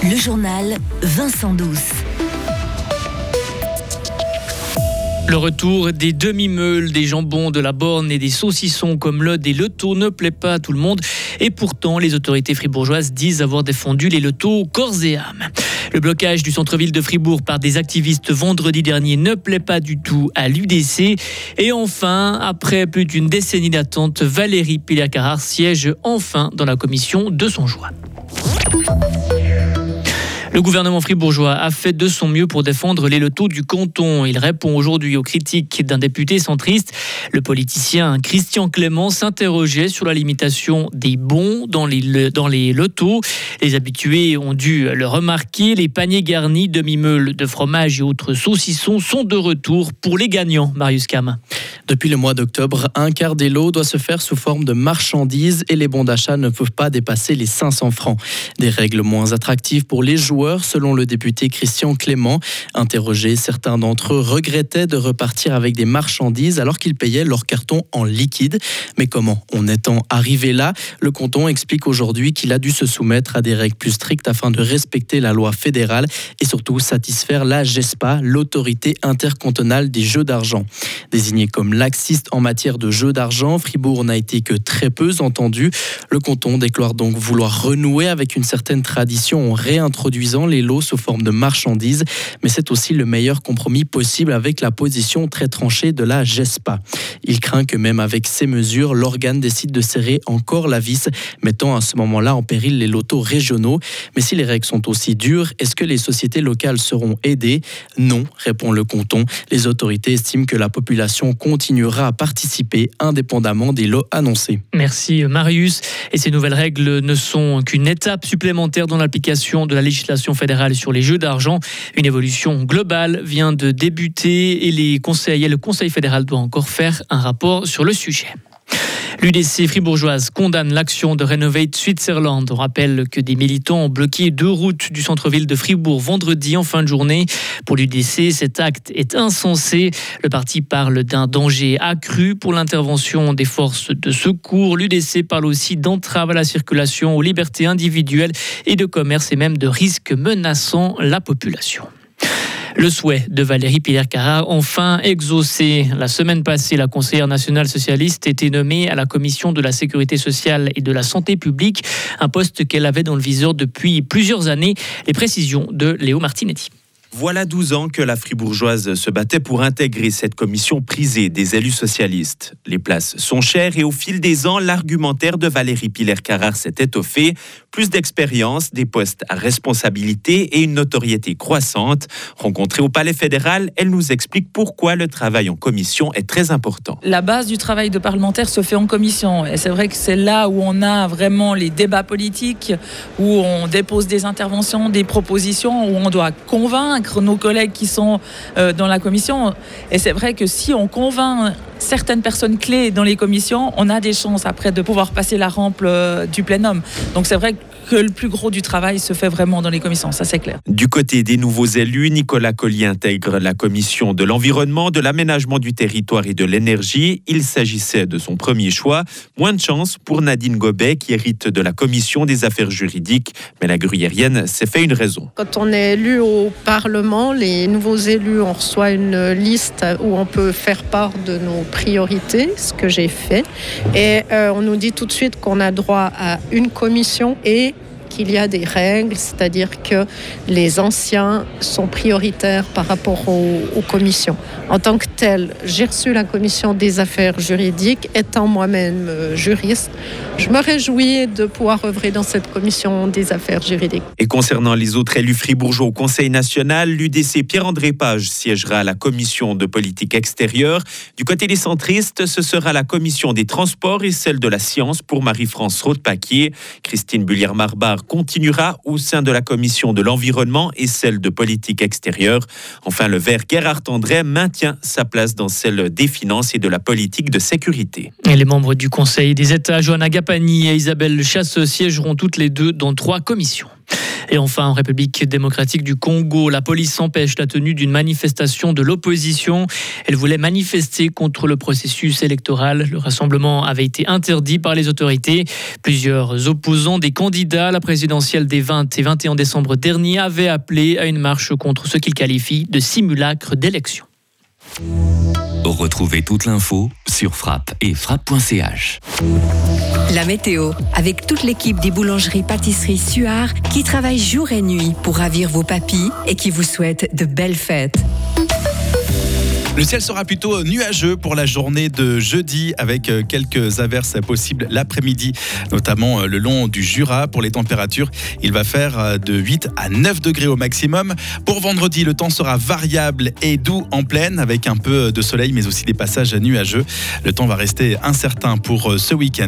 Le journal Vincent Douce. Le retour des demi-meules, des jambons, de la borne et des saucissons comme l'Aude et le Taux ne plaît pas à tout le monde. Et pourtant, les autorités fribourgeoises disent avoir défendu les lotos corps et âme. Le blocage du centre-ville de Fribourg par des activistes vendredi dernier ne plaît pas du tout à l'UDC. Et enfin, après plus d'une décennie d'attente, Valérie Piller-Carrard siège enfin dans la commission de son choix. Le gouvernement fribourgeois a fait de son mieux pour défendre les lotos du canton. Il répond aujourd'hui aux critiques d'un député centriste. Le politicien Christian Clément s'interrogeait sur la limitation des bons dans les lotos. Les habitués ont dû le remarquer. Les paniers garnis, demi-meules de fromage et autres saucissons sont de retour pour les gagnants. Marius Cam. Depuis le mois d'octobre, un quart des lots doit se faire sous forme de marchandises et les bons d'achat ne peuvent pas dépasser les 500 francs. Des règles moins attractives pour les joueurs, selon le député Christian Clément. Interrogés, certains d'entre eux regrettaient de repartir avec des marchandises alors qu'ils payaient leur carton en liquide. Mais comment en est-on arrivé là ? Le canton explique aujourd'hui qu'il a dû se soumettre à des règles plus strictes afin de respecter la loi fédérale et surtout satisfaire la GESPA, l'autorité intercantonale des jeux d'argent. Désigné comme laxiste en matière de jeux d'argent, Fribourg n'a été que très peu entendu. Le canton déclare donc vouloir renouer avec une certaine tradition en réintroduisant les lots sous forme de marchandises, mais c'est aussi le meilleur compromis possible avec la position très tranchée de la GESPA. Il craint que même avec ces mesures, l'organe décide de serrer encore la vis, mettant à ce moment-là en péril les lotos régionaux. Mais si les règles sont aussi dures, est-ce que les sociétés locales seront aidées ? Non, répond le canton. Les autorités estiment que la population continuera à participer indépendamment des lots annoncés. Merci Marius. Et ces nouvelles règles ne sont qu'une étape supplémentaire dans l'application de la législation fédérale sur les jeux d'argent. Une évolution globale vient de débuter et le Conseil fédéral doit encore faire un rapport sur le sujet. L'UDC fribourgeoise condamne l'action de Renovate Switzerland. On rappelle que des militants ont bloqué 2 routes du centre-ville de Fribourg vendredi en fin de journée. Pour l'UDC, cet acte est insensé. Le parti parle d'un danger accru pour l'intervention des forces de secours. L'UDC parle aussi d'entrave à la circulation, aux libertés individuelles et de commerce et même de risques menaçant la population. Le souhait de Valérie Piller-Carrard enfin exaucé. La semaine passée, la conseillère nationale socialiste était nommée à la commission de la sécurité sociale et de la santé publique, un poste qu'elle avait dans le viseur depuis plusieurs années. Les précisions de Léo Martinetti. Voilà 12 ans que la fribourgeoise se battait pour intégrer cette commission prisée des élus socialistes. Les places sont chères et au fil des ans, l'argumentaire de Valérie Piller-Carrard s'est étoffé. Plus d'expérience, des postes à responsabilité et une notoriété croissante. Rencontrée au Palais fédéral, elle nous explique pourquoi le travail en commission est très important. La base du travail de parlementaire se fait en commission. Et c'est vrai que c'est là où on a vraiment les débats politiques, où on dépose des interventions, des propositions, où on doit convaincre nos collègues qui sont dans la commission. Et c'est vrai que si on convainc certaines personnes clés dans les commissions, on a des chances après de pouvoir passer la rampe du plénum. Donc c'est vrai que le plus gros du travail se fait vraiment dans les commissions, ça c'est clair. Du côté des nouveaux élus, Nicolas Collier intègre la commission de l'environnement, de l'aménagement du territoire et de l'énergie. Il s'agissait de son premier choix. Moins de chance pour Nadine Gobet qui hérite de la commission des affaires juridiques. Mais la gruyérienne s'est fait une raison. Quand on est élu au Parlement, les nouveaux élus, on reçoit une liste où on peut faire part de nos priorités, ce que j'ai fait. Et on nous dit tout de suite qu'on a droit à une commission et qu'il y a des règles, c'est-à-dire que les anciens sont prioritaires par rapport aux commissions. En tant que tel, j'ai reçu la commission des affaires juridiques. Étant moi-même juriste, je me réjouis de pouvoir œuvrer dans cette commission des affaires juridiques. Et concernant les autres élus fribourgeois au Conseil national, l'UDC Pierre-André Page siégera à la commission de politique extérieure. Du côté des centristes, ce sera la commission des transports et celle de la science pour Marie-France Roth-Paquier. Christine Bullière-Marbar continuera au sein de la commission de l'environnement et celle de politique extérieure. Enfin, le vert Gerhard André maintient sa place dans celle des finances et de la politique de sécurité. Et les membres du Conseil des États, Johanna Gapani et Isabelle Chasse, siégeront toutes les deux dans 3 commissions. Et enfin, en République démocratique du Congo, la police empêche la tenue d'une manifestation de l'opposition. Elle voulait manifester contre le processus électoral. Le rassemblement avait été interdit par les autorités. Plusieurs opposants des candidats à la présidentielle des 20 et 21 décembre dernier avaient appelé à une marche contre ce qu'ils qualifient de simulacre d'élection. Retrouvez toute l'info sur Frappe et frappe.ch. La météo, avec toute l'équipe des boulangeries-pâtisseries Suard qui travaille jour et nuit pour ravir vos papilles et qui vous souhaite de belles fêtes. Le ciel sera plutôt nuageux pour la journée de jeudi avec quelques averses possibles l'après-midi, notamment le long du Jura. Pour les températures, il va faire de 8 à 9 degrés au maximum. Pour vendredi, le temps sera variable et doux en plaine avec un peu de soleil mais aussi des passages nuageux. Le temps va rester incertain pour ce week-end.